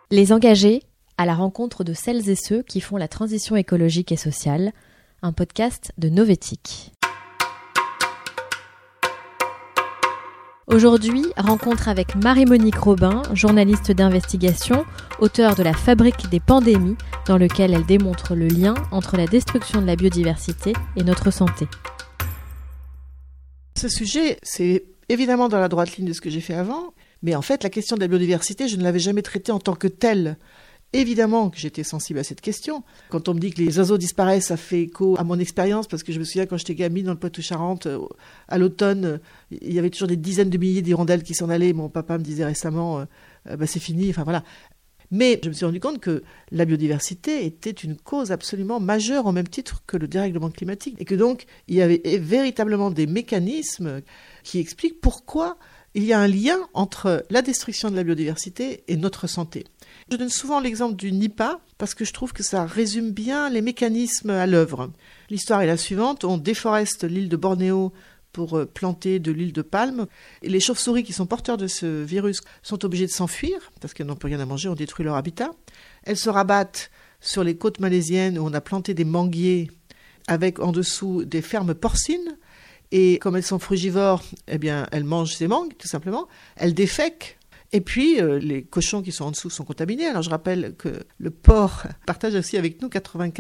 Les engagés à la rencontre de celles et ceux qui font la transition écologique et sociale, un podcast de Novétique. Aujourd'hui, rencontre avec Marie-Monique Robin, journaliste d'investigation, auteure de La Fabrique des pandémies, dans lequel elle démontre le lien entre la destruction de la biodiversité et notre santé. Ce sujet, c'est évidemment dans la droite ligne de ce que j'ai fait avant, mais en fait, la question de la biodiversité, je ne l'avais jamais traitée en tant que telle. Évidemment que j'étais sensible à cette question. Quand on me dit que les oiseaux disparaissent, ça fait écho à mon expérience, parce que je me souviens quand j'étais gamine dans le Poitou-Charentes, à l'automne, il y avait toujours des dizaines de milliers d'hirondelles qui s'en allaient. Mon papa me disait récemment, c'est fini, enfin voilà. Mais je me suis rendu compte que la biodiversité était une cause absolument majeure au même titre que le dérèglement climatique. Et que donc, il y avait véritablement des mécanismes qui expliquent pourquoi il y a un lien entre la destruction de la biodiversité et notre santé. Je donne souvent l'exemple du Nipah parce que je trouve que ça résume bien les mécanismes à l'œuvre. L'histoire est la suivante, on déforeste l'île de Bornéo pour planter de l'huile de palme. Et les chauves-souris qui sont porteurs de ce virus sont obligées de s'enfuir parce qu'elles n'ont plus rien à manger, on détruit leur habitat. Elles se rabattent sur les côtes malaisiennes où on a planté des manguiers avec en dessous des fermes porcines. Et comme elles sont frugivores, eh bien, elles mangent ces mangues, tout simplement. Elles défèquent. Et puis, les cochons qui sont en dessous sont contaminés. Alors, je rappelle que le porc partage aussi avec nous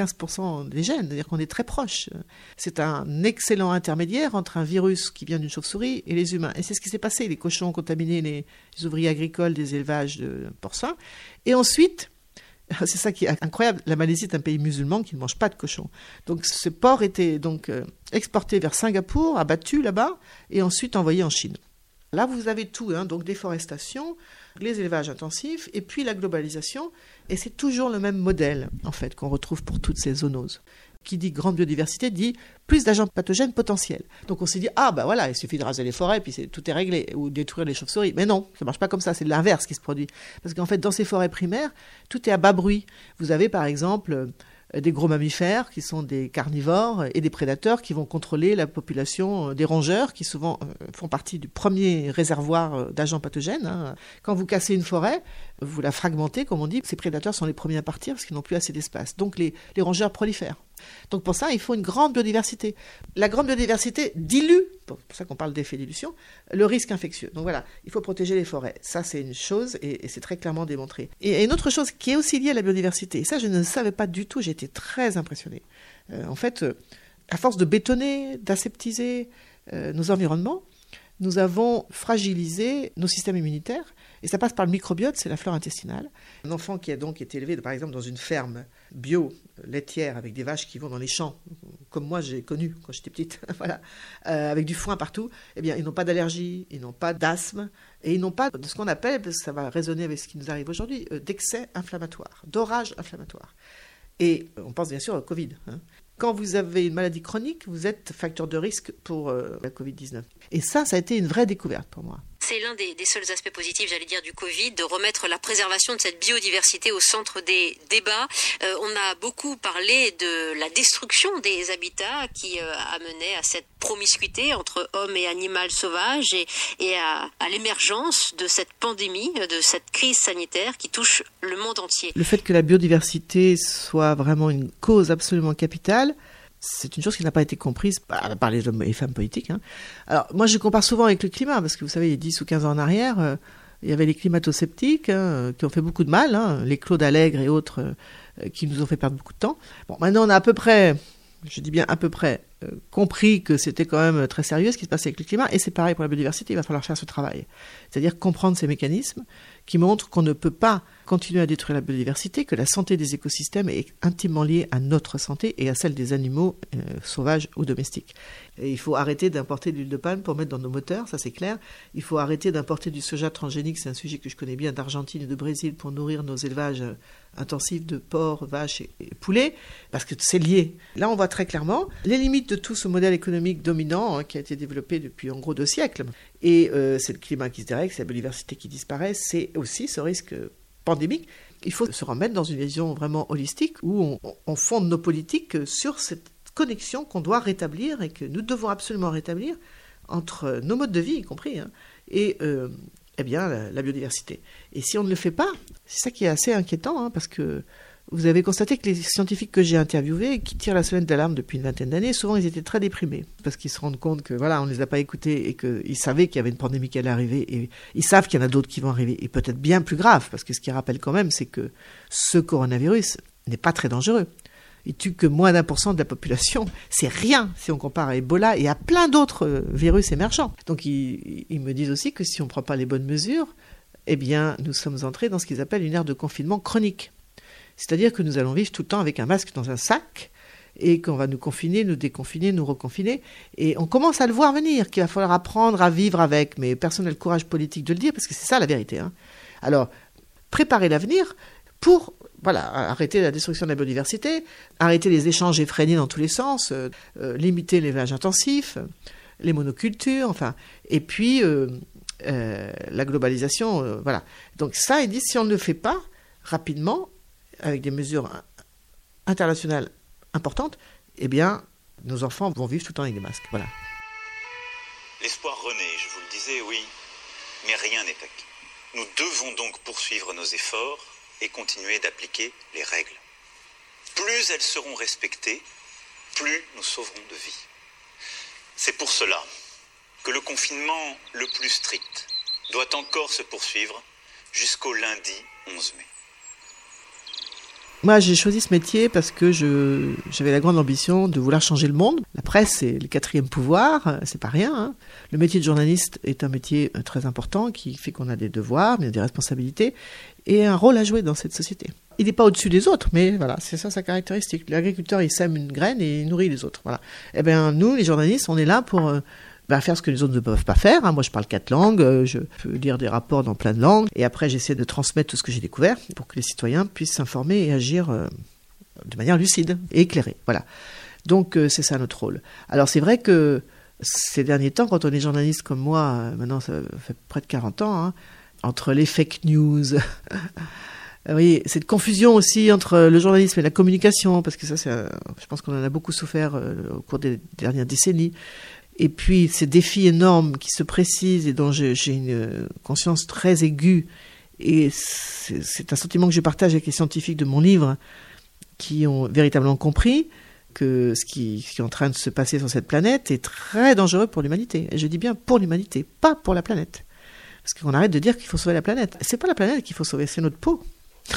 95% des gènes, c'est-à-dire qu'on est très proches. C'est un excellent intermédiaire entre un virus qui vient d'une chauve-souris et les humains. Et c'est ce qui s'est passé. Les cochons ont contaminé les ouvriers agricoles des élevages de porcins. Et ensuite, c'est ça qui est incroyable, la Malaisie est un pays musulman qui ne mange pas de cochon. Donc, ce porc était donc exporté vers Singapour, abattu là-bas, et ensuite envoyé en Chine. Là, vous avez tout, donc déforestation, les élevages intensifs, et puis la globalisation. Et c'est toujours le même modèle, en fait, qu'on retrouve pour toutes ces zoonoses. Qui dit grande biodiversité dit plus d'agents pathogènes potentiels. Donc on s'est dit, voilà, il suffit de raser les forêts, puis tout est réglé, ou détruire les chauves-souris. Mais non, ça ne marche pas comme ça, c'est l'inverse qui se produit. Parce qu'en fait, dans ces forêts primaires, tout est à bas bruit. Vous avez, par exemple, des gros mammifères qui sont des carnivores et des prédateurs qui vont contrôler la population des rongeurs qui souvent font partie du premier réservoir d'agents pathogènes. Quand vous cassez une forêt, vous la fragmentez, comme on dit, ces prédateurs sont les premiers à partir parce qu'ils n'ont plus assez d'espace. Donc les rongeurs prolifèrent. Donc pour ça, il faut une grande biodiversité. La grande biodiversité dilue, c'est pour ça qu'on parle d'effet dilution, le risque infectieux. Donc voilà, il faut protéger les forêts. Ça, c'est une chose et c'est très clairement démontré. Et une autre chose qui est aussi liée à la biodiversité, et ça, je ne savais pas du tout, j'ai été très impressionnée. En fait, à force de bétonner, d'aseptiser nos environnements, nous avons fragilisé nos systèmes immunitaires. Et ça passe par le microbiote, c'est la flore intestinale. Un enfant qui a donc été élevé, par exemple, dans une ferme bio, laitière, avec des vaches qui vont dans les champs, comme moi j'ai connu quand j'étais petite, voilà, avec du foin partout, eh bien, ils n'ont pas d'allergie, ils n'ont pas d'asthme, et ils n'ont pas de ce qu'on appelle, parce que ça va résonner avec ce qui nous arrive aujourd'hui, d'excès inflammatoire, d'orage inflammatoire. Et on pense bien sûr au Covid. Quand vous avez une maladie chronique, vous êtes facteur de risque pour la Covid-19. Et ça a été une vraie découverte pour moi. C'est l'un des seuls aspects positifs, j'allais dire, du Covid, de remettre la préservation de cette biodiversité au centre des débats. On a beaucoup parlé de la destruction des habitats qui a mené à cette promiscuité entre hommes et animal sauvage et à l'émergence de cette pandémie, de cette crise sanitaire qui touche le monde entier. Le fait que la biodiversité soit vraiment une cause absolument capitale, c'est une chose qui n'a pas été comprise par les hommes et les femmes politiques. Alors, moi, je compare souvent avec le climat, parce que vous savez, il y a 10 ou 15 ans en arrière, il y avait les climato-sceptiques qui ont fait beaucoup de mal, les Claude Allègre et autres qui nous ont fait perdre beaucoup de temps. Bon, maintenant, on a à peu près, je dis bien à peu près, compris que c'était quand même très sérieux ce qui se passait avec le climat, et c'est pareil pour la biodiversité, il va falloir faire ce travail. C'est-à-dire comprendre ces mécanismes qui montrent qu'on ne peut pas continuer à détruire la biodiversité, que la santé des écosystèmes est intimement liée à notre santé et à celle des animaux sauvages ou domestiques. Et il faut arrêter d'importer de l'huile de palme pour mettre dans nos moteurs, ça c'est clair. Il faut arrêter d'importer du soja transgénique, c'est un sujet que je connais bien, d'Argentine et de Brésil, pour nourrir nos élevages intensifs de porcs, vaches et poulets, parce que c'est lié. Là, on voit très clairement les limites de tout ce modèle économique dominant qui a été développé depuis en gros 2 siècles. Et c'est le climat qui se dérègle, c'est la biodiversité qui disparaît, c'est aussi ce risque pandémique. Il faut se remettre dans une vision vraiment holistique où on fonde nos politiques sur cette connexion qu'on doit rétablir et que nous devons absolument rétablir entre nos modes de vie y compris et la biodiversité. Et si on ne le fait pas, c'est ça qui est assez inquiétant, parce que vous avez constaté que les scientifiques que j'ai interviewés, qui tirent la sonnette d'alarme depuis une vingtaine d'années, souvent ils étaient très déprimés, parce qu'ils se rendent compte que on ne les a pas écoutés et qu'ils savaient qu'il y avait une pandémie qui allait arriver, et ils savent qu'il y en a d'autres qui vont arriver, et peut-être bien plus grave, parce que ce qu'ils rappellent quand même, c'est que ce coronavirus n'est pas très dangereux. Il tue que moins d'1% de la population. C'est rien si on compare à Ebola et à plein d'autres virus émergents. Donc ils me disent aussi que si on ne prend pas les bonnes mesures, nous sommes entrés dans ce qu'ils appellent une ère de confinement chronique. C'est-à-dire que nous allons vivre tout le temps avec un masque dans un sac et qu'on va nous confiner, nous déconfiner, nous reconfiner. Et on commence à le voir venir, qu'il va falloir apprendre à vivre avec. Mais personne n'a le courage politique de le dire, parce que c'est ça la vérité. Alors, préparer l'avenir pour arrêter la destruction de la biodiversité, arrêter les échanges effrénés dans tous les sens, limiter l'élevage intensif, les monocultures, et puis la globalisation. Donc ça, ils disent, si on ne le fait pas rapidement, avec des mesures internationales importantes, nos enfants vont vivre tout le temps avec des masques. Voilà. L'espoir renaît, je vous le disais, oui, mais rien n'est acquis. Nous devons donc poursuivre nos efforts et continuer d'appliquer les règles. Plus elles seront respectées, plus nous sauverons de vies. C'est pour cela que le confinement le plus strict doit encore se poursuivre jusqu'au lundi 11 mai. Moi, j'ai choisi ce métier parce que j'avais la grande ambition de vouloir changer le monde. La presse, c'est le 4e pouvoir, c'est pas rien. Le métier de journaliste est un métier très important qui fait qu'on a des devoirs, des responsabilités et un rôle à jouer dans cette société. Il n'est pas au-dessus des autres, mais c'est ça sa caractéristique. L'agriculteur, il sème une graine et il nourrit les autres. Nous, les journalistes, on est là pour faire ce que les autres ne peuvent pas faire. Moi, je parle 4 langues, je peux lire des rapports dans plein de langues, et après, j'essaie de transmettre tout ce que j'ai découvert pour que les citoyens puissent s'informer et agir de manière lucide et éclairée. Voilà. Donc, c'est ça notre rôle. Alors, c'est vrai que ces derniers temps, quand on est journaliste comme moi, maintenant, ça fait près de 40 ans, entre les fake news, oui, cette confusion aussi entre le journalisme et la communication, parce que ça, je pense qu'on en a beaucoup souffert au cours des dernières décennies. Et puis ces défis énormes qui se précisent et dont j'ai une conscience très aiguë, et c'est un sentiment que je partage avec les scientifiques de mon livre qui ont véritablement compris que ce qui est en train de se passer sur cette planète est très dangereux pour l'humanité. Et je dis bien pour l'humanité, pas pour la planète. Parce qu'on arrête de dire qu'il faut sauver la planète. C'est pas la planète qu'il faut sauver, c'est notre peau.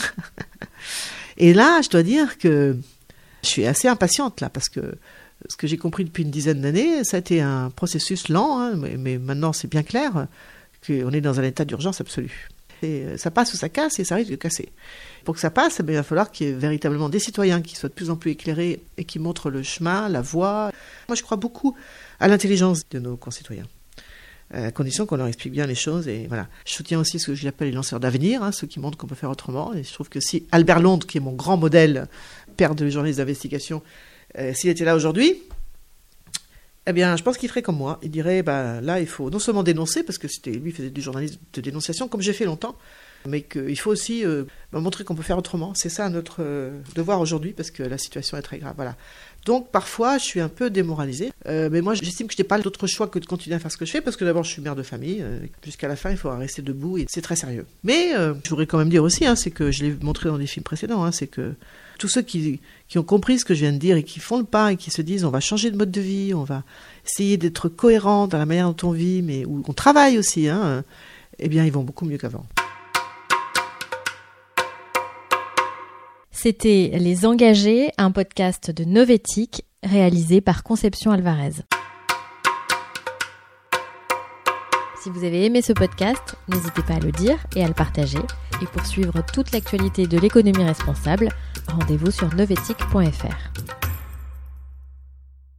Et là, je dois dire que je suis assez impatiente là, parce que ce que j'ai compris depuis une dizaine d'années, ça a été un processus lent, mais maintenant c'est bien clair qu'on est dans un état d'urgence absolue. Et ça passe ou ça casse, et ça risque de casser. Pour que ça passe, il va falloir qu'il y ait véritablement des citoyens qui soient de plus en plus éclairés et qui montrent le chemin, la voie. Moi, je crois beaucoup à l'intelligence de nos concitoyens, à condition qu'on leur explique bien les choses. Et voilà. Je soutiens aussi ce que j'appelle les lanceurs d'avenir, ceux qui montrent qu'on peut faire autrement. Et je trouve que si Albert Londres, qui est mon grand modèle, père de journalistes d'investigation, s'il était là aujourd'hui, je pense qu'il ferait comme moi. Il dirait, là, il faut non seulement dénoncer, parce que lui faisait du journalisme de dénonciation, comme j'ai fait longtemps, mais qu'il faut aussi montrer qu'on peut faire autrement. C'est ça notre devoir aujourd'hui, parce que la situation est très grave. Voilà. Donc, parfois, je suis un peu démoralisée. Mais moi, j'estime que je n'ai pas d'autre choix que de continuer à faire ce que je fais, parce que d'abord, je suis mère de famille. Jusqu'à la fin, il faudra rester debout, et c'est très sérieux. Mais je voudrais quand même dire aussi, c'est que je l'ai montré dans des films précédents, c'est que tous ceux qui ont compris ce que je viens de dire et qui font le pas et qui se disent on va changer de mode de vie, on va essayer d'être cohérent dans la manière dont on vit, mais où on travaille aussi, ils vont beaucoup mieux qu'avant. C'était Les Engagés, un podcast de Novétique réalisé par Conception Alvarez. Si vous avez aimé ce podcast, n'hésitez pas à le dire et à le partager. Et pour suivre toute l'actualité de l'économie responsable, rendez-vous sur novetic.fr.